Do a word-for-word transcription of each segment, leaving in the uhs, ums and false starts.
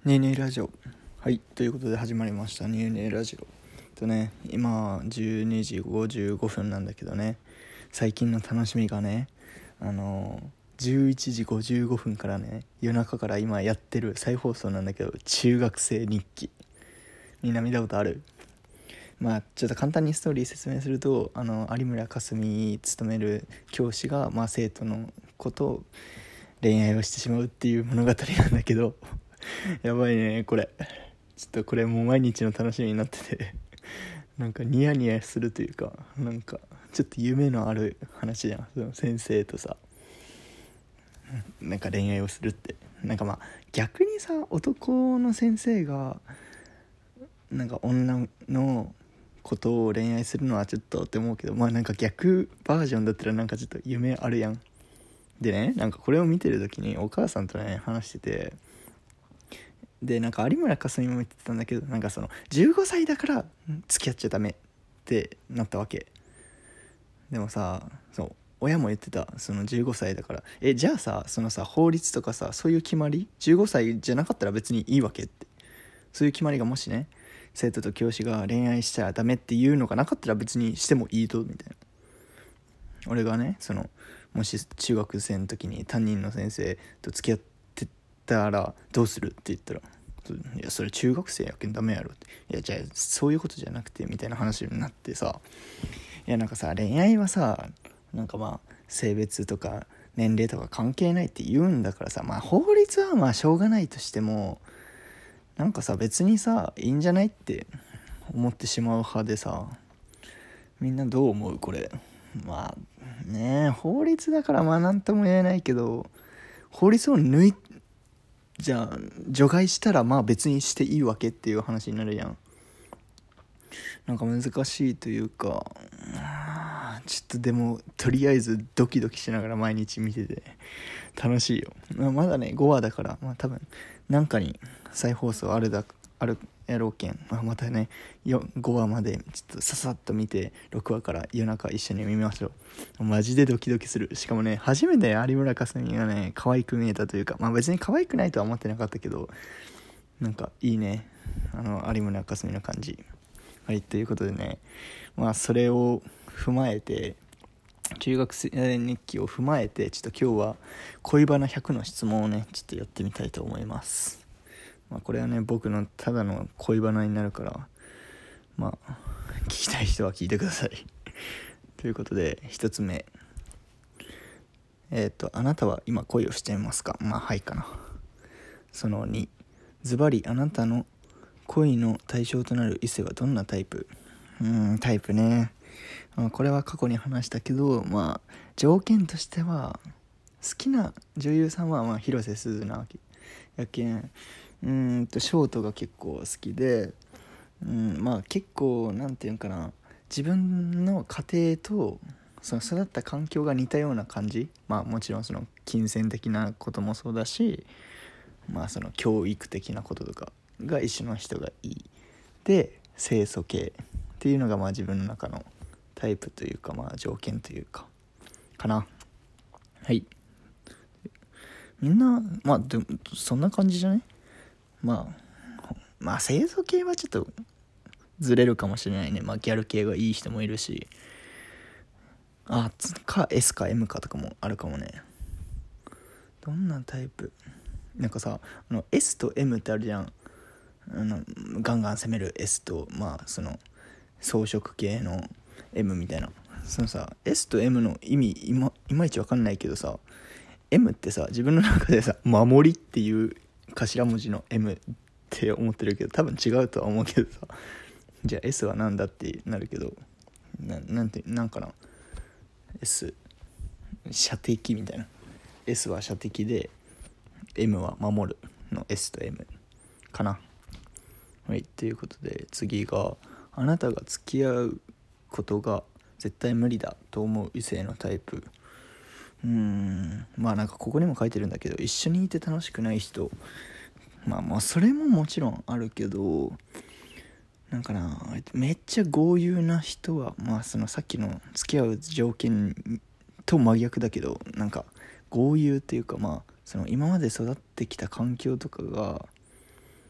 ねえねえラジオ。はい、ということで始まりましたねえねえラジオとね。今じゅうにじごじゅうごふんなんだけどね、最近の楽しみがね、あのじゅういちじごじゅうごふんからね、夜中から今やってる再放送なんだけど、中学生日記。みんな見たことある？まあちょっと簡単にストーリー説明すると、あの有村架純勤める教師が、まあ、生徒の子と恋愛をしてしまうっていう物語なんだけどやばいねこれ。ちょっとこれもう毎日の楽しみになっててなんかニヤニヤするというか、なんかちょっと夢のある話じゃん、その先生とさ、なんか恋愛をするって。なんかまあ逆にさ、男の先生がなんか女のことを恋愛するのはちょっとって思うけど、まあなんか逆バージョンだったらなんかちょっと夢あるやん。でね、なんかこれを見てる時にお母さんとね話してて、でなんか有村架純も言ってたんだけど、なんかそのじゅうごさいだから付き合っちゃダメってなったわけ。でもさ、そう親も言ってた、そのじゅうごさいだから、えじゃあさ、そのさ法律とかさ、そういう決まりじゅうごさいじゃなかったら別にいいわけって、そういう決まりがもしね、生徒と教師が恋愛しちゃダメっていうのがなかったら別にしてもいいと、みたいな。俺がね、そのもし中学生の時に担任の先生と付き合ってたらどうするって言ったら、いやそれ中学生やけんダメやろって、いやじゃあそういうことじゃなくてみたいな話になってさ、いやなんかさ、恋愛はさ、なんかまあ性別とか年齢とか関係ないって言うんだからさ、まあ法律はまあしょうがないとしても、なんかさ別にさいいんじゃないって思ってしまう派でさ、みんなどう思うこれ。まあね、法律だからまあなんとも言えないけど、法律を抜いじゃあ除外したらまあ別にしていいわけっていう話になるやん。なんか難しいというか、ちょっとでもとりあえずドキドキしながら毎日見てて楽しいよ。まあ、まだねごわだから、まあ多分なんかに再放送あるだあるやろうけん、まあ、またねごわまでちょっとささっと見て、ろくわから夜中一緒に見ましょう。マジでドキドキする。しかもね、初めて有村架純がね可愛く見えたというか、まあ別に可愛くないとは思ってなかったけど、なんかいいね、あの有村架純の感じ。はい、ということでね、まあそれを踏まえて、中学生日記を踏まえて、ちょっと今日は恋バナひゃくの質問をねちょっとやってみたいと思います。まあ、これはね僕のただの恋バナになるから、まあ聞きたい人は聞いてくださいということで、ひとつめ、えっ、ー、とあなたは今恋をしていますか？まあはいかな。そのに、ズバリあなたの恋の対象となる異性はどんなタイプ？うーんタイプね、まあ、これは過去に話したけど、まあ条件としては好きな女優さんはまあ広瀬すずなわけやけん、うーんとショートが結構好きで、うん、まあ結構なんていうのかな、自分の家庭とその育った環境が似たような感じ。まあもちろんその金銭的なこともそうだし、まあその教育的なこととかが一緒の人がいいで、清楚系っていうのがまあ自分の中のタイプというか、まあ条件というかかな。はい、みんなまあでもそんな感じじゃない？まあまあ清楚系はちょっとずれるかもしれないね。まあギャル系がいい人もいるし、あか エス か エム かとかもあるかもね。どんなタイプ？なんかさ、あの エス と エム ってあるじゃん。あのガンガン攻める エス と、まあその装飾系の エム みたいな。そのさ エス と エム の意味いまいまいち分かんないけどさ、 エム ってさ自分の中でさ守りっていう頭文字の エム って思ってるけど、多分違うとは思うけどさ、じゃあ エス はなんだってなるけど、ななんてなんかな、 S 射的みたいな。 S は射的で エム は守るの エス と エム かな。はい、ということで次が、あなたが付き合うことが絶対無理だと思う異性のタイプ。うーんまあなんかここにも書いてるんだけど、一緒にいて楽しくない人、まあまあそれももちろんあるけど、なんかな、めっちゃ豪遊な人はまあそのさっきの付き合う条件と真逆だけど、なんか豪遊っていうか、まあその今まで育ってきた環境とかが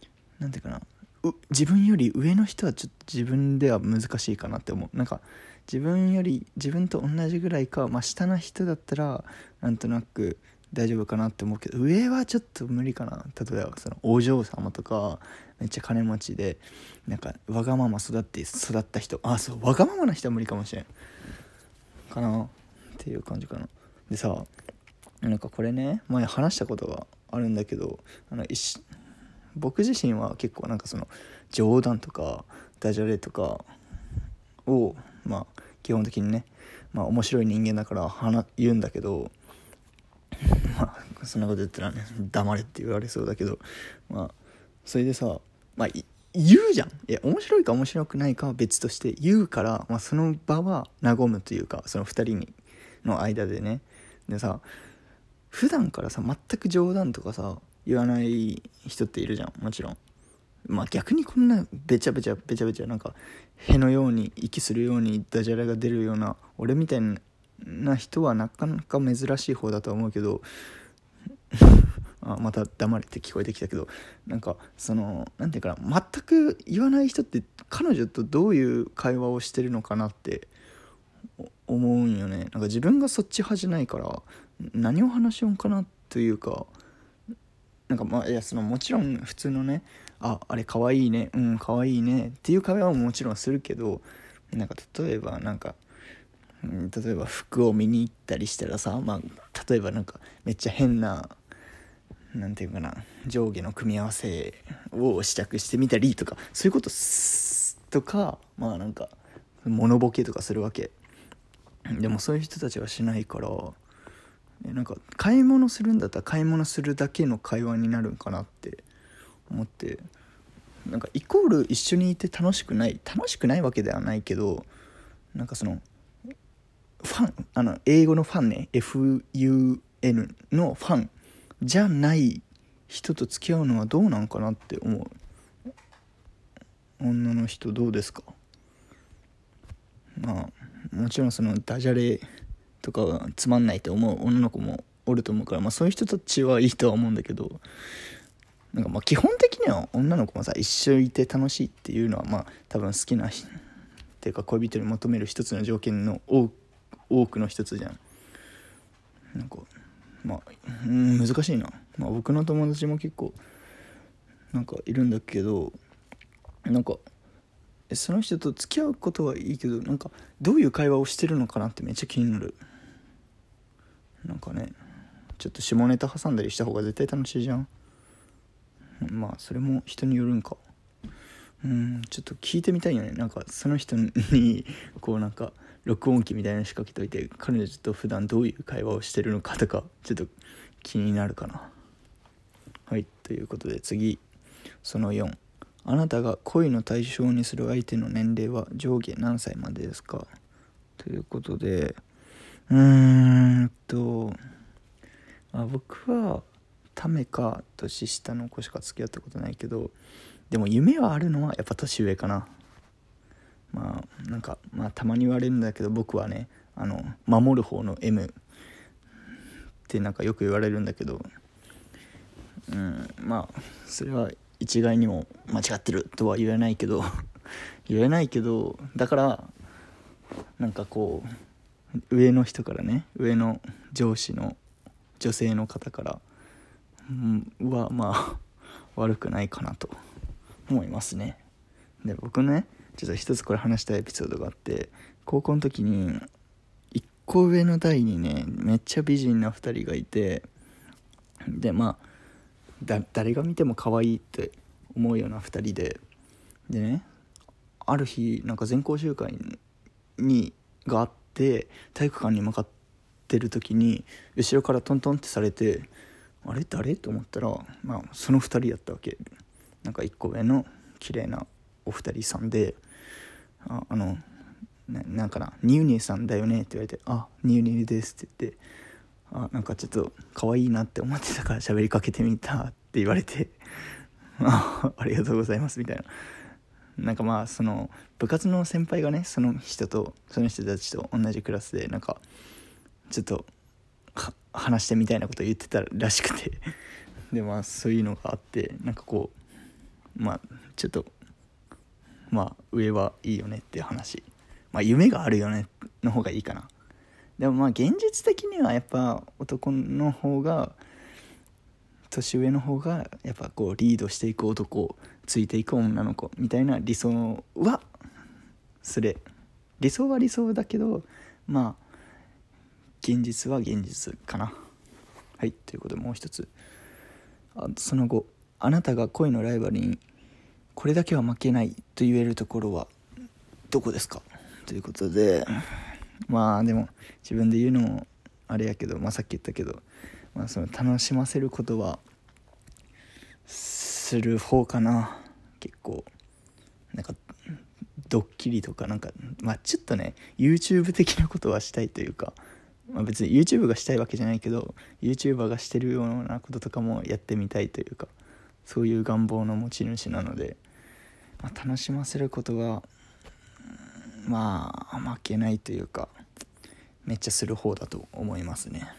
なんていうかな、う自分より上の人はちょっと自分では難しいかなって思う。なんか自分より自分と同じぐらいか、まあ、下の人だったらなんとなく大丈夫かなって思うけど、上はちょっと無理かな。例えばそのお嬢様とかめっちゃ金持ちでなんかわがまま育って育った人、あそうわがままな人は無理かもしれんかなっていう感じかな。でさ、なんかこれね前話したことがあるんだけど、あの一僕自身は結構なんかその冗談とかダジャレとかをまあ基本的にね、まあ面白い人間だから話言うんだけど、まあそんなこと言ったらね黙れって言われそうだけど、まあそれでさ、まあ言うじゃん。いや面白いか面白くないかは別として言うから、まあ、その場は和むというか、そのふたりにの間でね。でさ、普段からさ全く冗談とかさ言わない人っているじゃん、もちろん。まあ逆にこんなべちゃべちゃべちゃべちゃなんかへのように息するようにダジャレが出るような俺みたいな人はなかなか珍しい方だとは思うけどあまた黙れって聞こえてきたけど、なんかそのなんていうかな、全く言わない人って彼女とどういう会話をしてるのかなって思うんよね。なんか自分がそっち派じゃないから何を話しようかなというか、なんかまあいやそのもちろん普通のね、ああれかわいいね、うんかわいいねっていう会話ももちろんするけど、なんか例えばなんか、うん、例えば服を見に行ったりしたらさ、まあ例えばなんかめっちゃ変ななんていうかな上下の組み合わせを試着してみたりとか、そういうことすとか、まあなんか物ボケとかするわけ。でもそういう人たちはしないから、なんか買い物するんだったら買い物するだけの会話になるんかなって思って、なんかイコール一緒にいて楽しくない楽しくないわけではないけど、なんかそのファン、あの英語のファンね、 エフユーエヌ のファンじゃない人と付き合うのはどうなんかなって思う。女の人どうですか？まあもちろんそのダジャレとかがつまんないと思う女の子もおると思うから、まあそういう人たちはいいとは思うんだけど、なんかまあ基本的には女の子もさ一緒にいて楽しいっていうのはまあ多分好きなっていうか恋人に求める一つの条件の多多くの一つじゃん。なんかまあうん難しいな。まあ僕の友達も結構なんかいるんだけど、なんかその人と付き合うことはいいけど、なんかどういう会話をしてるのかなってめっちゃ気になる。なんかねちょっと下ネタ挟んだりした方が絶対楽しいじゃん。まあそれも人によるんか。うんちょっと聞いてみたいよね。なんかその人にこうなんか録音機みたいなの仕掛けといて、彼女と普段どういう会話をしてるのかとかちょっと気になるかな。はい、ということで次、そのよん、あなたが恋の対象にする相手の年齢は上下何歳までですか？ということで、うーんとあ僕はためか年下の子しか付き合ったことないけど、でも夢はあるのはやっぱ年上かな。まあなんかまあたまに言われるんだけど、僕はねあの守る方の エム ってなんかよく言われるんだけど、うんまあそれは一概にも間違ってるとは言えないけど言えないけどだからなんかこう上の人からね、上の上司の女性の方から、うん、はまあ悪くないかなと思いますね。で僕ねちょっと一つこれ話したいエピソードがあって、高校の時に一個上の代にねめっちゃ美人なふたりがいて、でまあだ誰が見ても可愛いって思うようなふたりで、でねある日なんか全校集会にがあって体育館に向かってる時に後ろからトントンってされて、あれ誰と思ったら、まあ、そのふたりだったわけ。なんかいっこ上の綺麗なお二人さんで、ああの な, なんかなニューニューさんだよねって言われて、あニューニューですって言って、あなんかちょっと可愛いなって思ってたから喋りかけてみたって言われてあ, ありがとうございますみたいな。なんかまあその部活の先輩がねその人とその人たちと同じクラスでなんかちょっと話してみたいなことを言ってたらしくてでまあそういうのがあって、なんかこまあちょっとまあ上はいいよねっていう話、まあ夢があるよねの方がいいかな。でもまあ現実的にはやっぱ男の方が年上の方がやっぱこうリードしていく男、ついていく女の子みたいな理想はそれ理想は理想だけど、まあ現実は現実かな。はい、ということでもう一つ、あその後あなたが恋のライバルにこれだけは負けないと言えるところはどこですかということで、まあでも自分で言うのもあれやけど、まあ、さっき言ったけど、まあ、その楽しませることはする方かな。結構なんかドッキリとかなんか、まあちょっとね YouTube 的なことはしたいというか、まあ、別に YouTube がしたいわけじゃないけど YouTuber がしてるようなこととかもやってみたいというか、そういう願望の持ち主なので、まあ、楽しませることがまあ負けないというかめっちゃする方だと思いますね。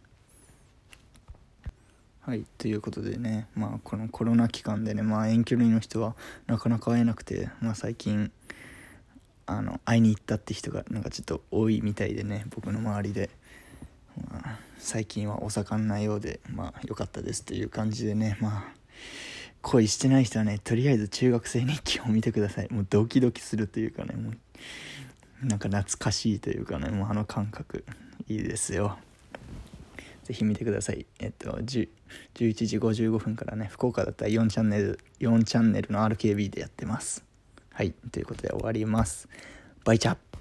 はい、ということでね、まあこのコロナ期間でね、まあ遠距離の人はなかなか会えなくて、まあ最近あの会いに行ったって人がなんかちょっと多いみたいでね、僕の周りで、まあ、最近はお盛んなようで、まあ良かったですという感じでね、まあ恋してない人はね、とりあえず中学生日記を見てください。もうドキドキするというかね、もうなんか懐かしいというかね、もうあの感覚いいですよ。ぜひ見てください。えっとじゅういちじごじゅうごふんからね、福岡だったらよんチャンネルよんチャンネルの アールケービー でやってます。はい、ということで終わります。バイチャ。